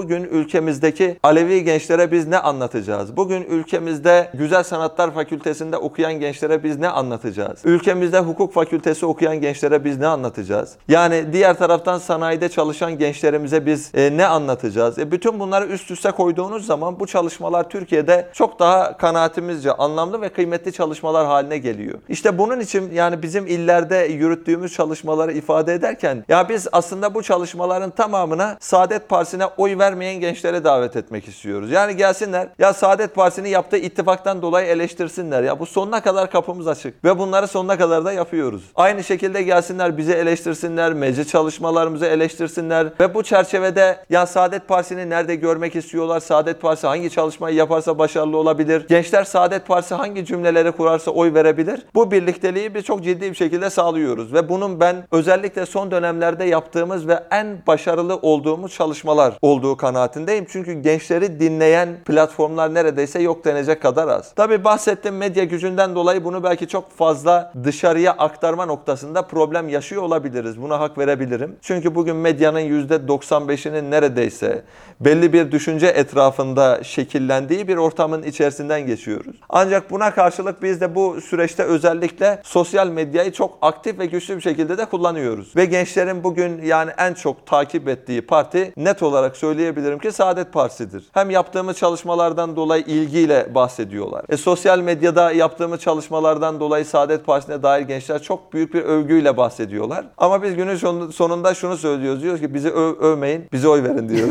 ülkemizdeki Alevi gençlere biz ne anlatacağız? Bugün ülkemizde Güzel Sanatlar Fakültesinde okuyan gençlere biz ne anlatacağız? Ülkemizde hukuk fakültesi okuyan gençlere biz ne anlatacağız? Yani diğer taraftan sanayide çalışan gençlerimize biz ne anlatacağız? Bütün bunları üst üste koyduğunuz zaman bu çalışmalar Türkiye'de çok daha kanaatimizce anlamlı ve kıymetli çalışmalar haline geliyor. İşte bunun için yani bizim illerde yürüttüğümüz çalışmaları ifade ederken ya biz aslında bu çalışmaların tamamına Saadet Partisi'ne oy vermeyen gençlere davet etmek istiyoruz. Yani gelsinler ya Saadet Partisi'nin yaptığı ittifaktan dolayı eleştirsinler. Ya bu sonuna kadar kapımız açık ve bunları sonuna kadar da yapıyoruz. Aynı şekilde gelsinler bizi eleştirsinler, meclis çalışmalarımızı eleştirsinler ve bu çerçevede ya Saadet Partisi'ni nerede görmek istiyorlar? Saadet Partisi hangi çalışmayı yaparsa başarılı olabilir? Gençler Saadet Partisi hangi cümleleri kurarsa oy verebilir? Bu birlikteliği biz çok ciddi bir şekilde sağlıyoruz ve bunun ben özellikle son dönemlerde yaptığımız ve en başarılı olduğumuz çalışmalar olduğu kanaatindeyim. Çünkü gençleri dinleyen platformlar neredeyse yok denecek kadar az. Tabii bahsettiğim medya gücünden dolayı bunu belki çok fazla dışarıya aktarma noktasında problem yaşıyor olabiliriz. Buna hak verebilirim. Çünkü bugün medyanın %95'inin neredeyse belli bir düşünce etrafında şekillendiği bir ortamın içerisinden geçiyoruz. Ancak buna karşılık biz de bu süreçte özellikle sosyal medyayı çok aktif ve güçlü bir şekilde de kullanıyoruz. Ve gençlerin bugün yani en çok takip ettiği parti net olarak söyleyebilirim ki Saadet Partisi'dir. Hem yaptığımız çalışmalardan dolayı ilgiyle bahsediyorlar. Sosyal medyada yaptığımız çalışmalardan dolayı Saadet Partisi'ne dair gençler çok büyük bir övgüyle bahsediyorlar. Ama biz günün sonunda şunu söylüyoruz. Diyoruz ki bizi övmeyin, bize oy verin diyoruz.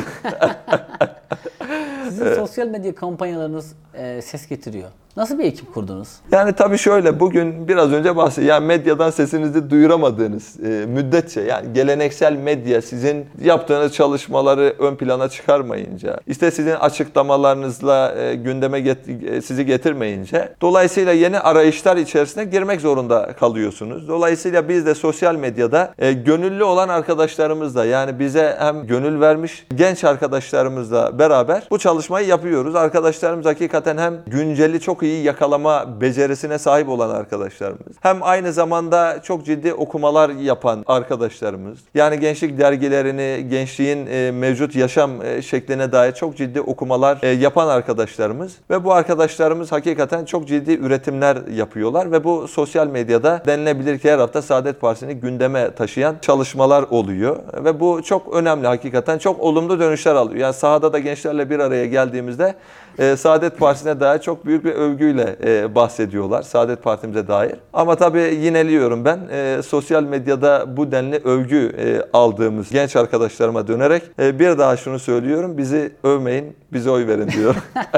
Sizin sosyal medya kampanyalarınız ses getiriyor. Nasıl bir ekip kurdunuz? Yani tabii şöyle bugün biraz önce bahsettim. Yani medyadan sesinizi duyuramadığınız müddetçe yani geleneksel medya sizin yaptığınız çalışmaları ön plana çıkarmayınca, işte sizin açıklamalarınızla gündeme sizi getirmeyince dolayısıyla yeni arayışlar içerisine girmek zorunda kalıyorsunuz. Dolayısıyla biz de sosyal medyada gönüllü olan arkadaşlarımızla yani bize hem gönül vermiş genç arkadaşlarımızla beraber bu çalışmayı yapıyoruz. Arkadaşlarımız hakikaten hem günceli çok iyi yakalama becerisine sahip olan arkadaşlarımız. Hem aynı zamanda çok ciddi okumalar yapan arkadaşlarımız. Yani gençlik dergilerini, gençliğin mevcut yaşam şekline dair çok ciddi okumalar yapan arkadaşlarımız. Ve bu arkadaşlarımız hakikaten çok ciddi üretimler yapıyorlar ve bu sosyal medyada denilebilir ki her hafta Saadet Partisi'ni gündeme taşıyan çalışmalar oluyor. Ve bu çok önemli hakikaten. Çok olumlu dönüşler alıyor. Yani sahada da gençlerle bir araya geldiğimizde Saadet Partisi'ne dair çok büyük bir övgüyle bahsediyorlar. Saadet Partimize dair. Ama tabii yineliyorum ben. Sosyal medyada bu denli övgü aldığımız genç arkadaşlarıma dönerek bir daha şunu söylüyorum. Bizi övmeyin, bize oy verin diyor.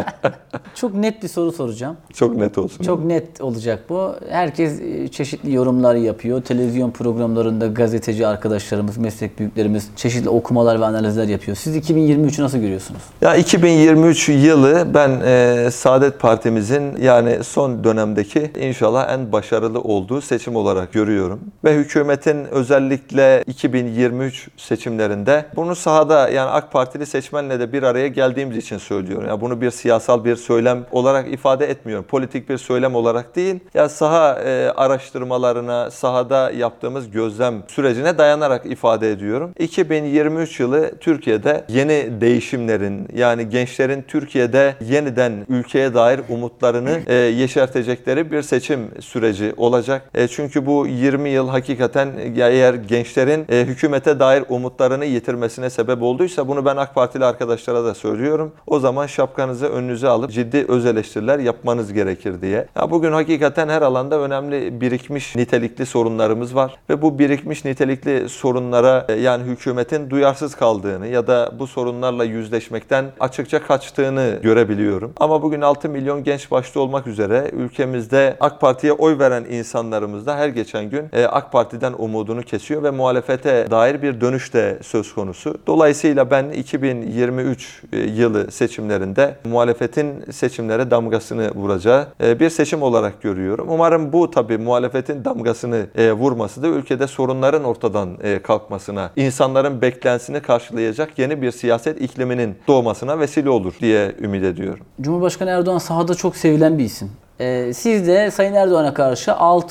Çok net bir soru soracağım. Çok net olsun. Çok net olacak bu. Herkes çeşitli yorumlar yapıyor. Televizyon programlarında gazeteci arkadaşlarımız, meslek büyüklerimiz çeşitli okumalar ve analizler yapıyor. Siz 2023'ü nasıl görüyorsunuz? Ya 2023 yılı ben Saadet Partimizin yani son dönemdeki inşallah en başarılı olduğu seçim olarak görüyorum. Ve hükümetin özellikle 2023 seçimlerinde bunu sahada yani AK Partili seçmenle de bir araya geldiğimiz için söylüyorum. Yani bunu bir siyasal bir söylem olarak ifade etmiyorum. Politik bir söylem olarak değil. Ya saha araştırmalarına, sahada yaptığımız gözlem sürecine dayanarak ifade ediyorum. 2023 yılı Türkiye'de yeni değişimlerin yani gençlerin Türkiye'de yeniden ülkeye dair umutlarını yeşertecekleri bir seçim süreci olacak. Çünkü bu 20 yıl hakikaten eğer gençlerin hükümete dair umutlarını yitirmesine sebep olduysa bunu ben AK Partili arkadaşlara da söylüyorum. O zaman şapkanızı önünüze alıp ciddi öz eleştiriler yapmanız gerekir diye. Ya bugün hakikaten her alanda önemli birikmiş nitelikli sorunlarımız var ve bu birikmiş nitelikli sorunlara yani hükümetin duyarsız kaldığını ya da bu sorunlarla yüzleşmekten açıkça kaçtığını görebiliyorum. Ama bugün 6 milyon genç başta olmak üzere ülkemizde AK Parti'ye oy veren insanlarımız da her geçen gün AK Parti'den umudunu kesiyor ve muhalefete dair bir dönüş de söz konusu. Dolayısıyla ben 2023 yılı seçimlerinde muhalefetin seçimlere damgasını vuracağı bir seçim olarak görüyorum. Umarım bu tabii muhalefetin damgasını vurması da ülkede sorunların ortadan kalkmasına, insanların beklentisini karşılayacak yeni bir siyaset ikliminin doğmasına vesile olur diye ümit ediyorum. Cumhurbaşkanı Erdoğan sahada çok sevilen bir isim. Siz de Sayın Erdoğan'a karşı 6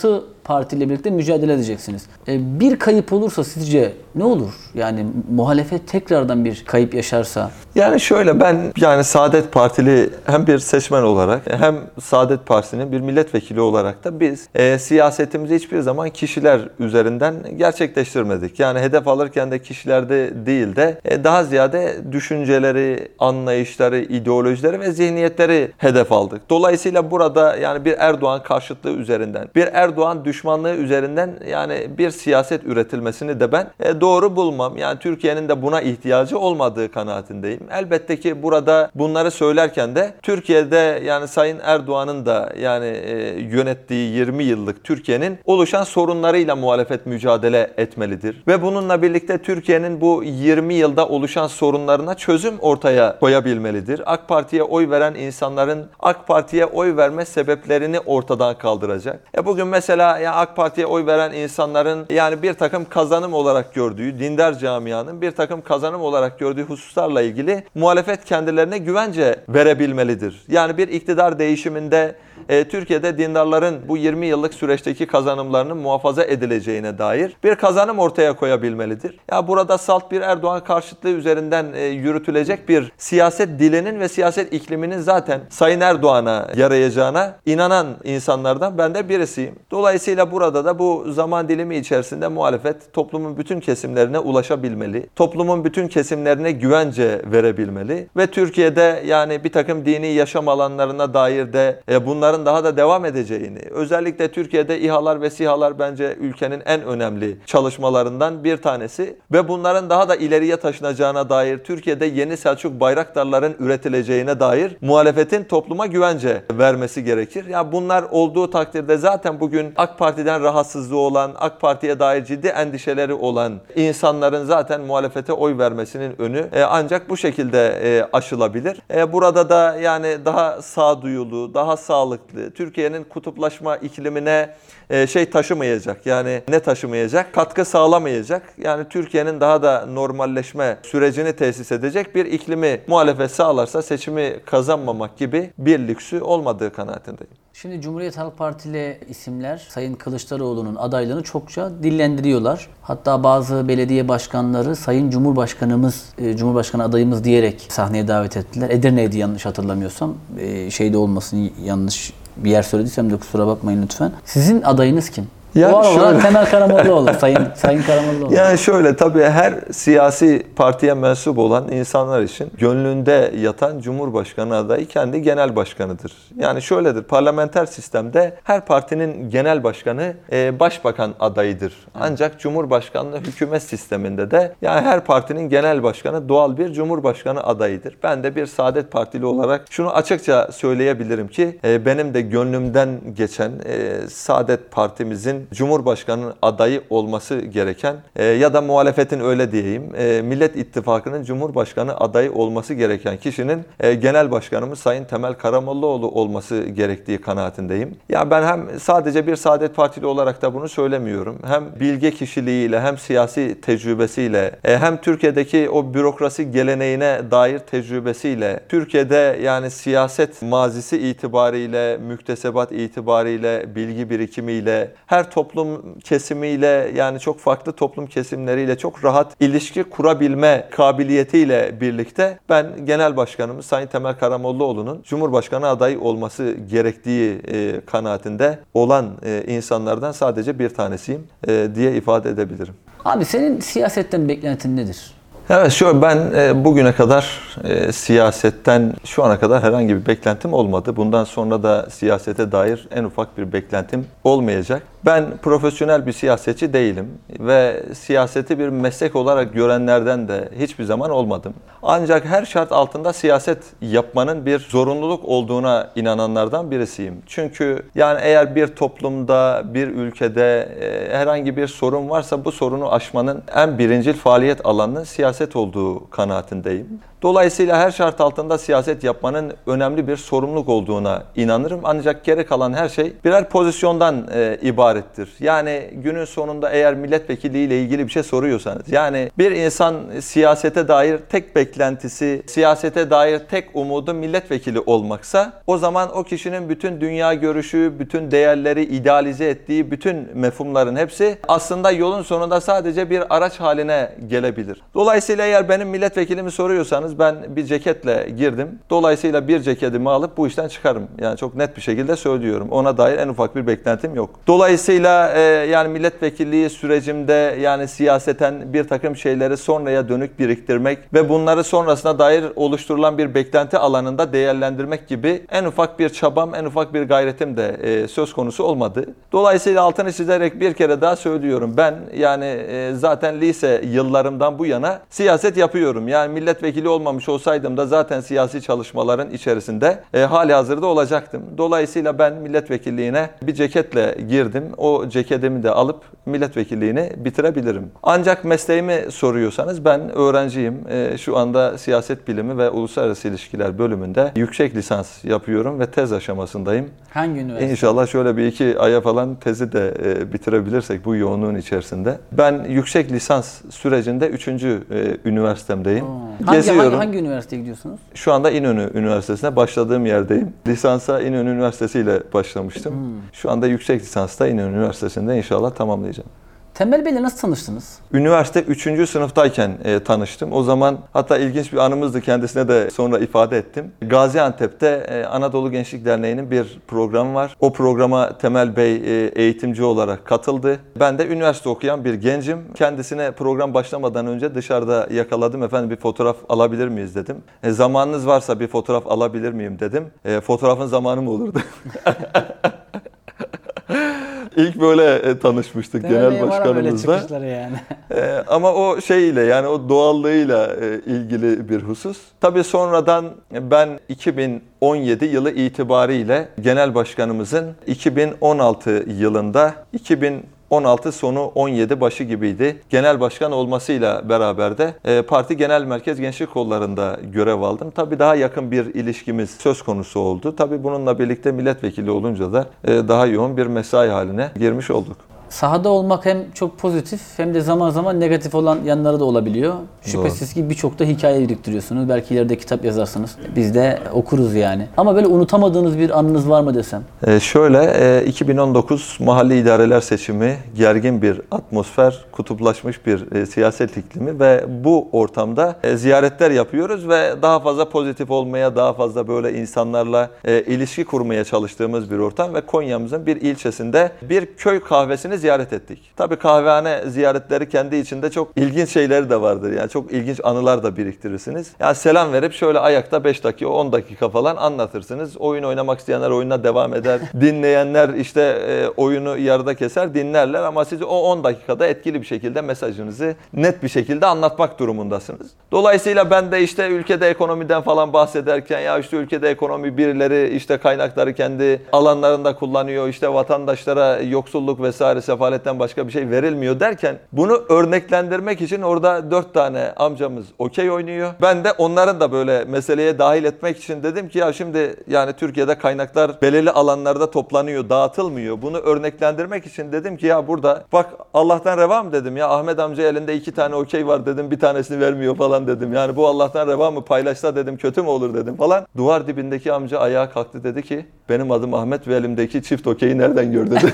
partiyle birlikte mücadele edeceksiniz. Bir kayıp olursa sizce ne olur? Yani muhalefet tekrardan bir kayıp yaşarsa? Yani şöyle, ben yani Saadet Partili hem bir seçmen olarak hem Saadet Partisi'nin bir milletvekili olarak da biz siyasetimizi hiçbir zaman kişiler üzerinden gerçekleştirmedik. Yani hedef alırken de kişilerde değil de daha ziyade düşünceleri, anlayışları, ideolojileri ve zihniyetleri hedef aldık. Dolayısıyla burada yani bir Erdoğan karşıtlığı üzerinden, bir Erdoğan düşmanlığı üzerinden yani bir siyaset üretilmesini de ben doğru bulmam. Yani Türkiye'nin de buna ihtiyacı olmadığı kanaatindeyim. Elbette ki burada bunları söylerken de Türkiye'de yani Sayın Erdoğan'ın da yani yönettiği 20 yıllık Türkiye'nin oluşan sorunlarıyla muhalefet mücadele etmelidir. Ve bununla birlikte Türkiye'nin bu 20 yılda oluşan sorunlarına çözüm ortaya koyabilmelidir. AK Parti'ye oy veren insanların AK Parti'ye oy verme sebeplerini ortadan kaldıracak. Bugün mesela ya AK Parti'ye oy veren insanların yani bir takım kazanım olarak gördüğü, dindar camianın bir takım kazanım olarak gördüğü hususlarla ilgili muhalefet kendilerine güvence verebilmelidir. Yani bir iktidar değişiminde Türkiye'de dindarların bu 20 yıllık süreçteki kazanımlarının muhafaza edileceğine dair bir kazanım ortaya koyabilmelidir. Ya burada salt bir Erdoğan karşıtlığı üzerinden yürütülecek bir siyaset dilinin ve siyaset ikliminin zaten Sayın Erdoğan'a yarayacağına inanan insanlardan ben de birisiyim. Dolayısıyla burada da bu zaman dilimi içerisinde muhalefet toplumun bütün kesimlerine ulaşabilmeli. Toplumun bütün kesimlerine güvence verebilmeli ve Türkiye'de yani bir takım dini yaşam alanlarına dair de bunların daha da devam edeceğini, özellikle Türkiye'de İHA'lar ve SİHA'lar bence ülkenin en önemli çalışmalarından bir tanesi ve bunların daha da ileriye taşınacağına dair, Türkiye'de yeni Selçuk Bayraktarların üretileceğine dair muhalefetin topluma güvence vermesi gerekir. Ya bunlar olduğu takdirde zaten bugün AK Parti'den rahatsızlığı olan, AK Parti'ye dair ciddi endişeleri olan insanların zaten muhalefete oy vermesinin önü ancak bu şekilde aşılabilir. Burada da yani daha sağduyulu, daha sağlıklı, Türkiye'nin kutuplaşma iklimine taşımayacak. Yani ne taşımayacak? Katkı sağlamayacak. Yani Türkiye'nin daha da normalleşme sürecini tesis edecek bir iklimi muhalefet sağlarsa seçimi kazanmamak gibi bir lüksü olmadığı kanaatindeyim. Şimdi Cumhuriyet Halk Partili isimler Sayın Kılıçdaroğlu'nun adaylığını çokça dillendiriyorlar. Hatta bazı belediye başkanları Sayın Cumhurbaşkanımız, Cumhurbaşkanı adayımız diyerek sahneye davet ettiler. Edirne'ydi yanlış hatırlamıyorsam. Şeyde olmasın, yanlış bir yer söylediysem de kusura bakmayın lütfen. Sizin adayınız kim? Yani o aralar Temel Karamollaoğlu, Sayın Karamollaoğlu. Yani şöyle, tabii her siyasi partiye mensup olan insanlar için gönlünde yatan Cumhurbaşkanı adayı kendi genel başkanıdır. Yani şöyledir, parlamenter sistemde her partinin genel başkanı başbakan adayıdır. Ancak Cumhurbaşkanlığı hükümet sisteminde de yani her partinin genel başkanı doğal bir Cumhurbaşkanı adayıdır. Ben de bir Saadet Partili olarak şunu açıkça söyleyebilirim ki benim de gönlümden geçen Saadet Partimizin Cumhurbaşkanı adayı olması gereken ya da muhalefetin öyle diyeyim Millet İttifakı'nın Cumhurbaşkanı adayı olması gereken kişinin Genel Başkanımız Sayın Temel Karamollaoğlu olması gerektiği kanaatindeyim. Ya ben hem sadece bir Saadet Partili olarak da bunu söylemiyorum. Hem bilge kişiliğiyle hem siyasi tecrübesiyle hem Türkiye'deki o bürokrasi geleneğine dair tecrübesiyle Türkiye'de yani siyaset mazisi itibariyle, müktesebat itibariyle, bilgi birikimiyle her toplum kesimiyle yani çok farklı toplum kesimleriyle çok rahat ilişki kurabilme kabiliyetiyle birlikte ben Genel Başkanımız Sayın Temel Karamollaoğlu'nun Cumhurbaşkanı adayı olması gerektiği kanaatinde olan insanlardan sadece bir tanesiyim diye ifade edebilirim. Abi senin siyasetten beklentin nedir? Evet, şöyle, ben bugüne kadar siyasetten şu ana kadar herhangi bir beklentim olmadı. Bundan sonra da siyasete dair en ufak bir beklentim olmayacak. Ben profesyonel bir siyasetçi değilim ve siyaseti bir meslek olarak görenlerden de hiçbir zaman olmadım. Ancak her şart altında siyaset yapmanın bir zorunluluk olduğuna inananlardan birisiyim. Çünkü yani eğer bir toplumda, bir ülkede herhangi bir sorun varsa bu sorunu aşmanın en birincil faaliyet alanının siyaset olduğu kanaatindeyim. Dolayısıyla her şart altında siyaset yapmanın önemli bir sorumluluk olduğuna inanırım. Ancak geri kalan her şey birer pozisyondan ibarettir. Yani günün sonunda eğer milletvekili ile ilgili bir şey soruyorsanız, yani bir insan siyasete dair tek beklentisi, siyasete dair tek umudu milletvekili olmaksa, o zaman o kişinin bütün dünya görüşü, bütün değerleri idealize ettiği bütün mefhumların hepsi aslında yolun sonunda sadece bir araç haline gelebilir. Dolayısıyla eğer benim milletvekilimi soruyorsanız, ben bir ceketle girdim. Dolayısıyla bir ceketimi alıp bu işten çıkarım. Yani çok net bir şekilde söylüyorum. Ona dair en ufak bir beklentim yok. Dolayısıyla yani milletvekilliği sürecimde yani siyaseten bir takım şeyleri sonraya dönük biriktirmek ve bunları sonrasına dair oluşturulan bir beklenti alanında değerlendirmek gibi en ufak bir çabam, en ufak bir gayretim de söz konusu olmadı. Dolayısıyla altını çizerek bir kere daha söylüyorum. Ben yani zaten lise yıllarımdan bu yana siyaset yapıyorum. Yani milletvekili olmamış olsaydım da zaten siyasi çalışmaların içerisinde halihazırda olacaktım. Dolayısıyla ben milletvekilliğine bir ceketle girdim. O ceketimi de alıp milletvekilliğini bitirebilirim. Ancak mesleğimi soruyorsanız, ben öğrenciyim. Şu anda siyaset bilimi ve uluslararası ilişkiler bölümünde yüksek lisans yapıyorum ve tez aşamasındayım. Hangi üniversite? İnşallah şöyle bir 2 aya falan tezi de bitirebilirsek bu yoğunluğun içerisinde. Ben yüksek lisans sürecinde 3. üniversitemdeyim. Hangi üniversiteye gidiyorsunuz? Şu anda İnönü Üniversitesi'ne başladığım yerdeyim. Lisansa İnönü Üniversitesi ile başlamıştım. Şu anda yüksek lisansta İnönü Üniversitesi'nde inşallah tamamlayacağım. Temel Bey'le nasıl tanıştınız? Üniversite 3. sınıftayken tanıştım. O zaman hatta ilginç bir anımızdı, kendisine de sonra ifade ettim. Gaziantep'te Anadolu Gençlik Derneği'nin bir programı var. O programa Temel Bey eğitimci olarak katıldı. Ben de üniversite okuyan bir gencim. Kendisine program başlamadan önce dışarıda yakaladım. Efendim bir fotoğraf alabilir miyiz dedim. Zamanınız varsa bir fotoğraf alabilir miyim dedim. Fotoğrafın zamanı mı olurdu? İlk böyle tanışmıştık genel başkanımızla. Yani. Ama o şeyle, yani o doğallığıyla ilgili bir husus. Tabii sonradan ben 2017 yılı itibariyle genel başkanımızın 2016 yılında 2016 sonu 17 başı gibiydi. Genel başkan olmasıyla beraber de parti genel merkez gençlik kollarında görev aldım. Tabii daha yakın bir ilişkimiz söz konusu oldu. Tabii bununla birlikte milletvekili olunca da daha yoğun bir mesai haline girmiş olduk. Sahada olmak hem çok pozitif hem de zaman zaman negatif olan yanları da olabiliyor. Şüphesiz ki birçok da hikaye biriktiriyorsunuz. Belki ileride kitap yazarsınız. Biz de okuruz yani. Ama böyle unutamadığınız bir anınız var mı desem? 2019 mahalli idareler seçimi, gergin bir atmosfer, kutuplaşmış bir siyaset iklimi ve bu ortamda ziyaretler yapıyoruz ve daha fazla pozitif olmaya, daha fazla böyle insanlarla ilişki kurmaya çalıştığımız bir ortam ve Konya'mızın bir ilçesinde bir köy kahvesini ziyaret ettik. Tabii kahvehane ziyaretleri kendi içinde çok ilginç şeyleri de vardır. Yani çok ilginç anılar da biriktirirsiniz. Yani selam verip şöyle ayakta 5 dakika, 10 dakika falan anlatırsınız. Oyun oynamak isteyenler oyuna devam eder. Dinleyenler işte oyunu yarıda keser, dinlerler ama siz o 10 dakikada etkili bir şekilde mesajınızı net bir şekilde anlatmak durumundasınız. Dolayısıyla ben de işte ülkede ekonomiden falan bahsederken, ya işte ülkede ekonomi, birileri işte kaynakları kendi alanlarında kullanıyor, işte vatandaşlara yoksulluk vesaire sefaletten başka bir şey verilmiyor derken, bunu örneklendirmek için orada 4 tane amcamız okey oynuyor. Ben de onların da böyle meseleye dahil etmek için dedim ki ya şimdi yani Türkiye'de kaynaklar belirli alanlarda toplanıyor, dağıtılmıyor. Bunu örneklendirmek için dedim ki ya burada bak Allah'tan reva mı dedim ya, Ahmet amca elinde 2 tane okey var dedim, bir tanesini vermiyor falan dedim. Yani bu Allah'tan reva mı, paylaşsa dedim kötü mü olur dedim falan. Duvar dibindeki amca ayağa kalktı, dedi ki benim adım Ahmet ve elimdeki çift okeyi nereden gör dedi.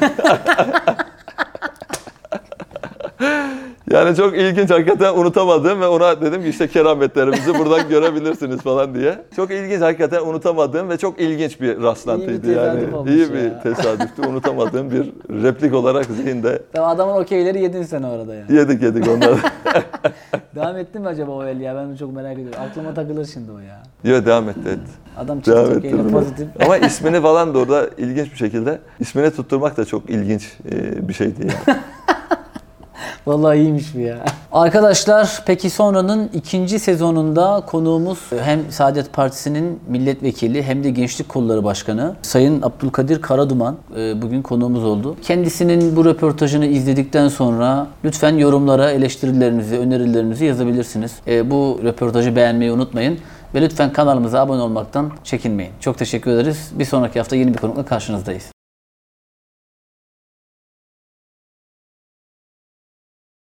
Yani çok ilginç, hakikaten unutamadım ve ona dedim ki işte kerametlerimizi buradan görebilirsiniz falan diye. Çok ilginç, hakikaten unutamadığım ve çok ilginç bir rastlantıydı yani. İyi bir tesadüftü. Unutamadığım bir replik olarak zihinde. Adamın okeyleri yedin sen orada yani. Yedik onları. Devam etti mi acaba o el ya? Ben çok merak ediyorum. Aklıma takılır şimdi o ya. Yok, devam etti. Adam çift okeyle pozitif. Ama ismini falan da orada ilginç bir şekilde ismini tutturmak da çok ilginç bir şeydi yani. Vallahi iyiymiş bu ya. Arkadaşlar peki sonranın ikinci sezonunda konuğumuz hem Saadet Partisi'nin milletvekili hem de Gençlik Kolları Başkanı Sayın Abdülkadir Karaduman bugün konuğumuz oldu. Kendisinin bu röportajını izledikten sonra lütfen yorumlara eleştirilerinizi, önerilerinizi yazabilirsiniz. Bu röportajı beğenmeyi unutmayın ve lütfen kanalımıza abone olmaktan çekinmeyin. Çok teşekkür ederiz. Bir sonraki hafta yeni bir konukla karşınızdayız.